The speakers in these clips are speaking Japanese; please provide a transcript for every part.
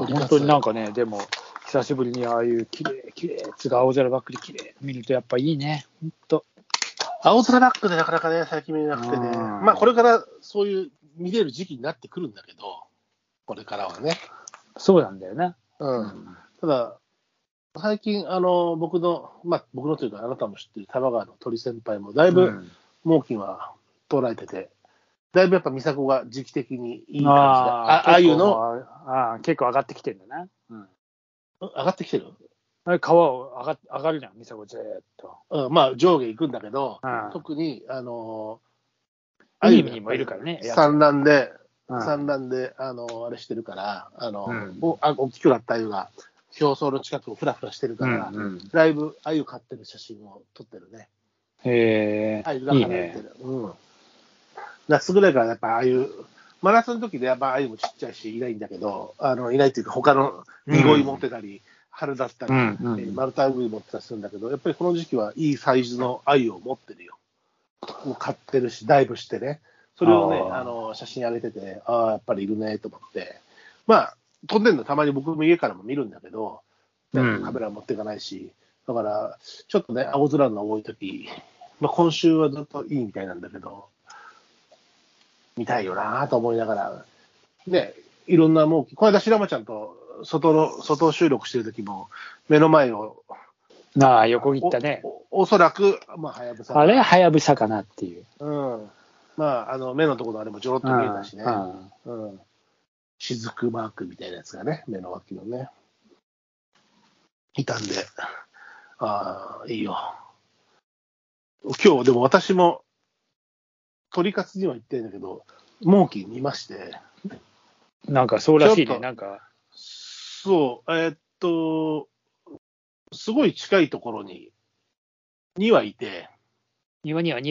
本当になんかね、でも、久しぶりにああいう綺麗、青空ばっかり綺麗見るとやっぱいいね。本当。 青空バックでなかなかね、最近見れなくてね。まあ、これからそういう見れる時期になってくるんだけど、これからはね。 そうなんだよね。 ただ、最近、僕のというか、あなたも知ってる多摩川の鳥先輩も、だいぶ、猛禽は捉えてて、だいぶやっぱミサゴが時期的にいい感じで、ああいうの結構上がってきてるんだな。 上がってきてる？ あれ川を上がるじゃん、ミサゴずーっと。 まあ上下行くんだけど、特に、 海にもいるからね。 産卵で、あれしてるから、大きくなった鮎が、表層の近くをふらふらしてるから、だいぶ鮎飼ってる写真を撮ってるね。 へえ、いいね。 夏ぐらいからやっぱ鮎、マラソンの時でやっぱ鮎もちっちゃいし、いないんだけど、いないっていうか他の濁い持ってたり、春だったり、丸太ウグイ持ってたりするんだけど、やっぱりこの時期はいいサイズの鮎を持ってるよ。もう買ってるし、ダイブしてね。それをね、写真上げてて、やっぱりいるね、と思って。まあ、飛んでるのたまに僕も家からも見るんだけど、カメラ持っていかないし、だから、ちょっとね、青空の多い時、今週はずっといいみたいなんだけど、見たいよなと思いながら、ね、いろんなこの間白間ちゃんと外収録してる時も、目の前を、 横切ったね。 おそらく、はやぶさ。 あれははやぶさかなっていう。 目のところのあれもちょろっと見えたしね。雫マークみたいなやつがね、目の脇のね、いたんで、いいよ。今日、でも私も、鳥活には行ってんだけど、猛禽見まして。 なんかそうらしいね、なんか。 そう、すごい近いところに2羽いて、 庭には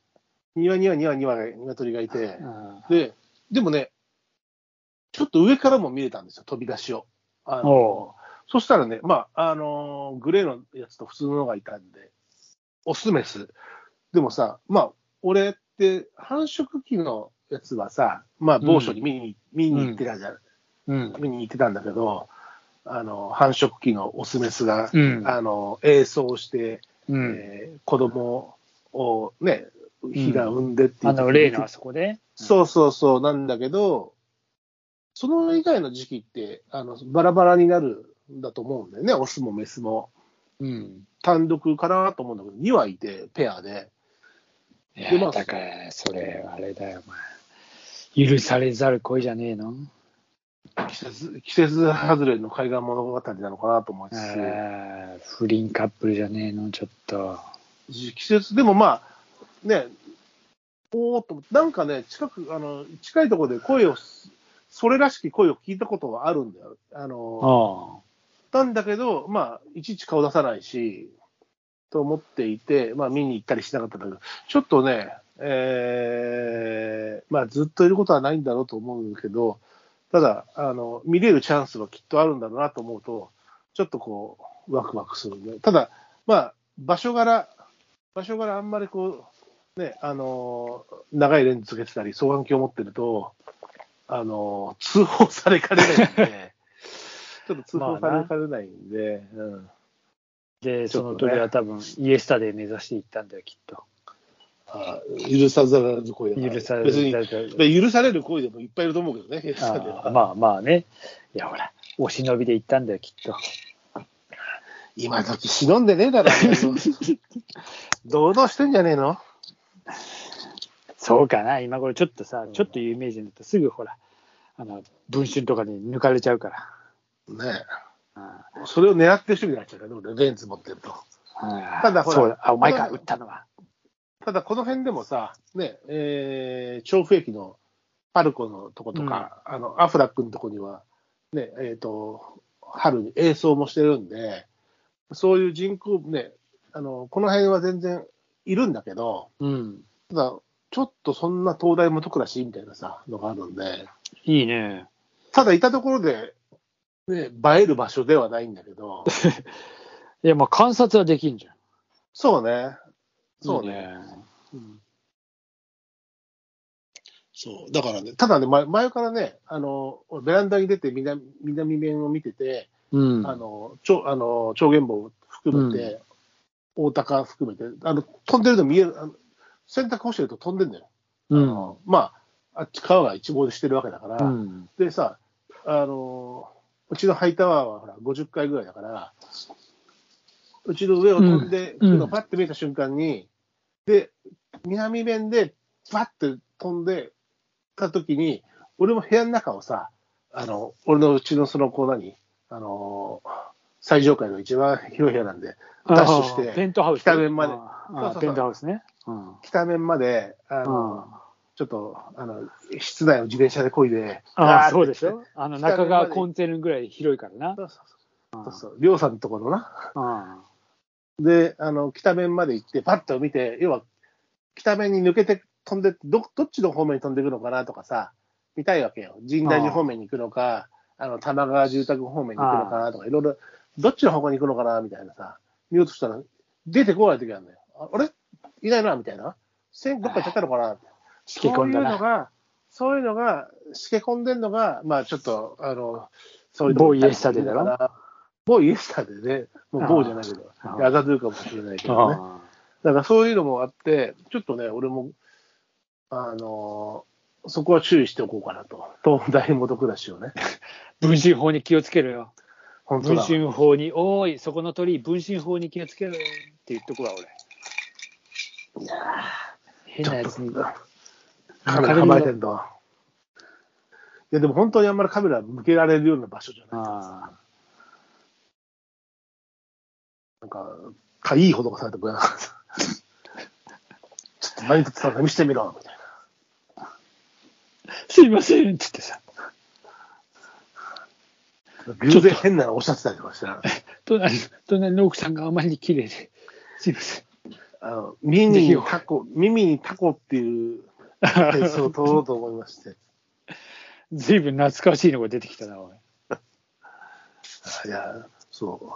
鶏がいて、でもね、ちょっと上からも見れたんですよ、飛び出しを。そしたらね、グレーのやつと普通のがいたんで、オスメス。でもさ、俺って繁殖期のやつはさ、某所に見に行ってたじゃん。見に行ってたんだけど、繁殖期のオスメスが、営巣して、子供をね、火が産んでっていう。 例のあそこでそうなんだけど、その以外の時期って、バラバラになるんだと思うんだよね、オスもメスも。単独かなと思うんだけど、2羽いて、ペアで。 だから、それ、あれだよ、許されざる恋じゃねえの？ 季節外れの海岸物語なのかなと思いつつ。 不倫カップルじゃねえの、ちょっと。 季節、でもね、なんかね、近いところでそれらしき声を聞いたことはあるんだよ。なんだけど、いちいち顔出さないし、と思っていて、見に行ったりしなかったんだけど、ちょっとね、ずっといることはないんだろうと思うけど、ただ、見れるチャンスはきっとあるんだろうなと思うと、ちょっとワクワクするね。ただ、場所柄あんまり長いレンズつけてたり、双眼鏡を持ってると、通報されかねないんで、ちょっと通報されかねないんで、 で、その鳥は多分、イエスタデー目指していったんだよ、きっと。 許さざる恋だから。 許される許される恋でもいっぱいいると思うけどね、イエスタデーは。 ね。いや、ほら、お忍びで行ったんだよ、きっと。 今時忍んでねえだろ、堂々してんじゃねえの？ そうかな、今頃ちょっと有名人だとすぐほら、文春とかに抜かれちゃうから。 ねえ。それを狙ってる人になっちゃうからね、レンズ持ってると。ただほら、 お前か、撃ったのは。 ただこの辺でもさ、ね、調布駅のパルコのとことか、アフラックのとこには、ね、春に営巣もしてるんで、そういう人口ね、この辺は全然いるんだけど、ただ、ちょっとそんな東大元暮らしみたいなさ、のがあるんで。 いいね。 ただいたところで、ね、映える場所ではないんだけど。 いや、観察はできんじゃん。 そうね。そうね。 いいね。 そう。だからね、ただね、前からね、ベランダに出て南面を見てて、 うん。 超原棒含めて、大高含めて、飛んでるの見える、洗濯干してると飛んでんだよ。まあ、あっち川が一望でしてるわけだから、でさ、うちのハイタワーはほら50階ぐらいだから、うちの上を飛んでくのをパッて見えた瞬間に、で、南面でパッて飛んでた時に、俺も部屋の中をさ、俺のうちの最上階の一番広い部屋なんで、ダッシュして、 ペントハウス北面まで、 ペントハウスね。 北面まで、ちょっと、室内を自転車で漕いで、 そうでしょ。中川コンテナぐらい広いからな。 そう。りょうさんのところな。で、北面まで行って、パッと見て、要は、北面に抜けて飛んで、どっちの方面に飛んでいくのかなとかさ、見たいわけよ。深大寺方面に行くのか、玉川住宅方面に行くのかなとか、いろいろ、どっちの方向に行くのかなみたいなさ、見ようとしたら、出てこない時あるんだよ。あれいないなみたいな。どっか行っちゃったのかなそういうのが、しけ込んでんのが、まあちょっと、そういうの某イエスタデーだろ。 某イエスタデーね。もう某じゃないけど、アザドゥーかもしれないけどね。だからそういうのもあって、ちょっとね、俺も、そこは注意しておこうかなと。東大元暮らしをね。 文春法に気をつけろよ。 本当だ。 文春法に、おい、そこの鳥居、文春法に気をつけろよって言っとくわ、俺。 いや変なやつに。 カメラ構えてんだ。いや、でも本当にあんまりカメラ向けられるような場所じゃないからさ。なんか、いいことがされてくれなかった。ちょっと何撮ってたの見せてみろ、みたいな。 すいませんって言ってさ。 偶然変なのおっしゃってたりとかしてな。 隣の奥さんがあまりに綺麗で、すいません。 耳にタコっていう演奏を撮ろうと思いまして。 ずいぶん懐かしいのが出てきたな、おい。 いや、そう。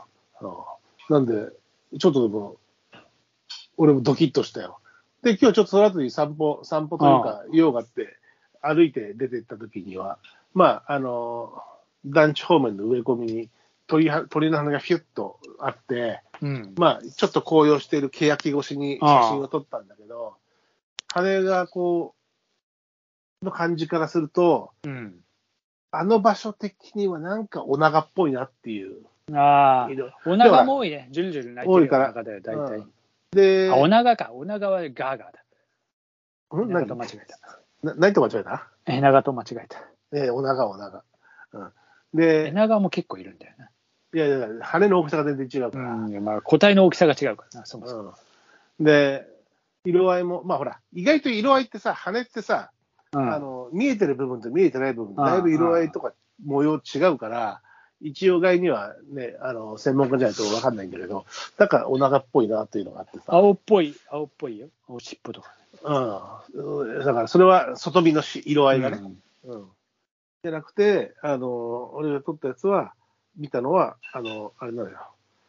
なんで、ちょっとでも、俺もドキッとしたよ。で、今日ちょっとその後に散歩というか、用があって、歩いて出て行った時には、まあ、団地方面の植え込みに鳥の花がフィュッとあって、まあ、ちょっと紅葉している欅越しに写真を撮ったんだけど、羽がこう、の感じからすると、場所的にはなんかお長っぽいなっていう。 お長も多いね。ジュルジュル鳴いてる多いから。 だよ、大体。 で、 お長か。お長はガーガーだ。長と間違えた。 何と間違えた？ 長と間違えた。 お長。で、 長も結構いるんだよな。 いや、羽の大きさが全然違うから。 まあ、個体の大きさが違うからな、そもそも。 で、色合いも、まあほら、意外と色合いってさ、羽ってさ、見えてる部分と見えてない部分、だいぶ色合いとか模様違うから、一応外にはね、専門家じゃないと分かんないんだけど、だからお長っぽいなっていうのがあってさ。 青っぽいよ。青尻尾とか。 だからそれは外見の色合いがね。じゃなくて、俺が撮ったやつは、見たのは、あれなのよ。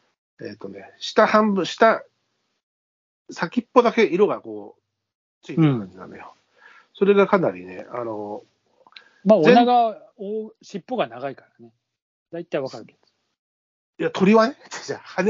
先っぽだけ色がこう、ついてる感じなのよ。それがかなりね、 まあ、尻尾が長いからね。だいたいわかるけど。 いや、鳥はね、じゃ羽。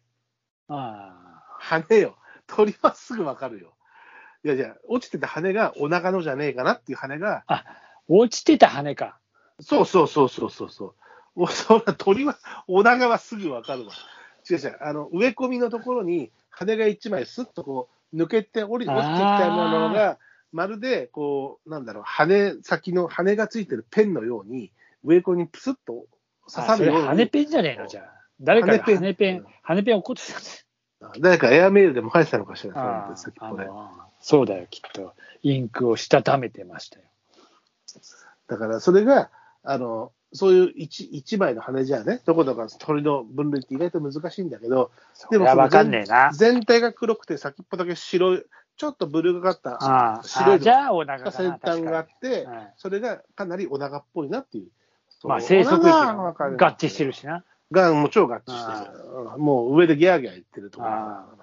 羽よ。鳥はすぐわかるよ。いや、じゃあ、落ちてた羽がお長のじゃねえかなっていう羽が。 落ちてた羽か。 そう。そら鳥は、お長はすぐわかるわ。違う、植え込みのところに羽が一枚スッとこう、抜けて落ちてきたようなのが、まるで、こう、なんだろう、先の羽がついてるペンのように、植え込みにプスッと刺さるように。 羽ペンじゃねえのじゃあ。誰かが羽ペン起こってたんだ。 誰かエアメールでも書いてたのかしら、先っぽで。 そうだよ、きっと。インクをしたためてましたよ。 だから、それが、そういう一枚の羽じゃね、どこか鳥の分類って意外と難しいんだけど、 でもわかんねえな。 全体が黒くて先っぽだけ白い、ちょっとブルーがかった白いの先端があって、それがかなりお長っぽいなっていう。 まあ、生息域が合致してるしな。 もちろん合致してる。もう上でギャーギャー言ってるところ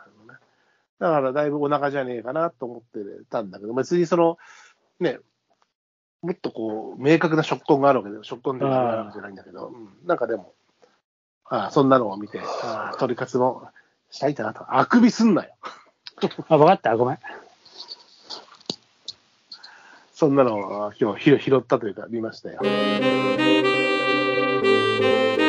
だからだいぶお長じゃねえかなと思ってたんだけど、別にね、 もっとこう、明確な食痕があるわけで、食痕っていうのがあるわけじゃないんだけど、なんかでも、そんなのを見て、鳥かつもしたいんだなと。あくびすんなよ。 分かった、ごめん。 そんなのを今日拾ったというか見ましたよ。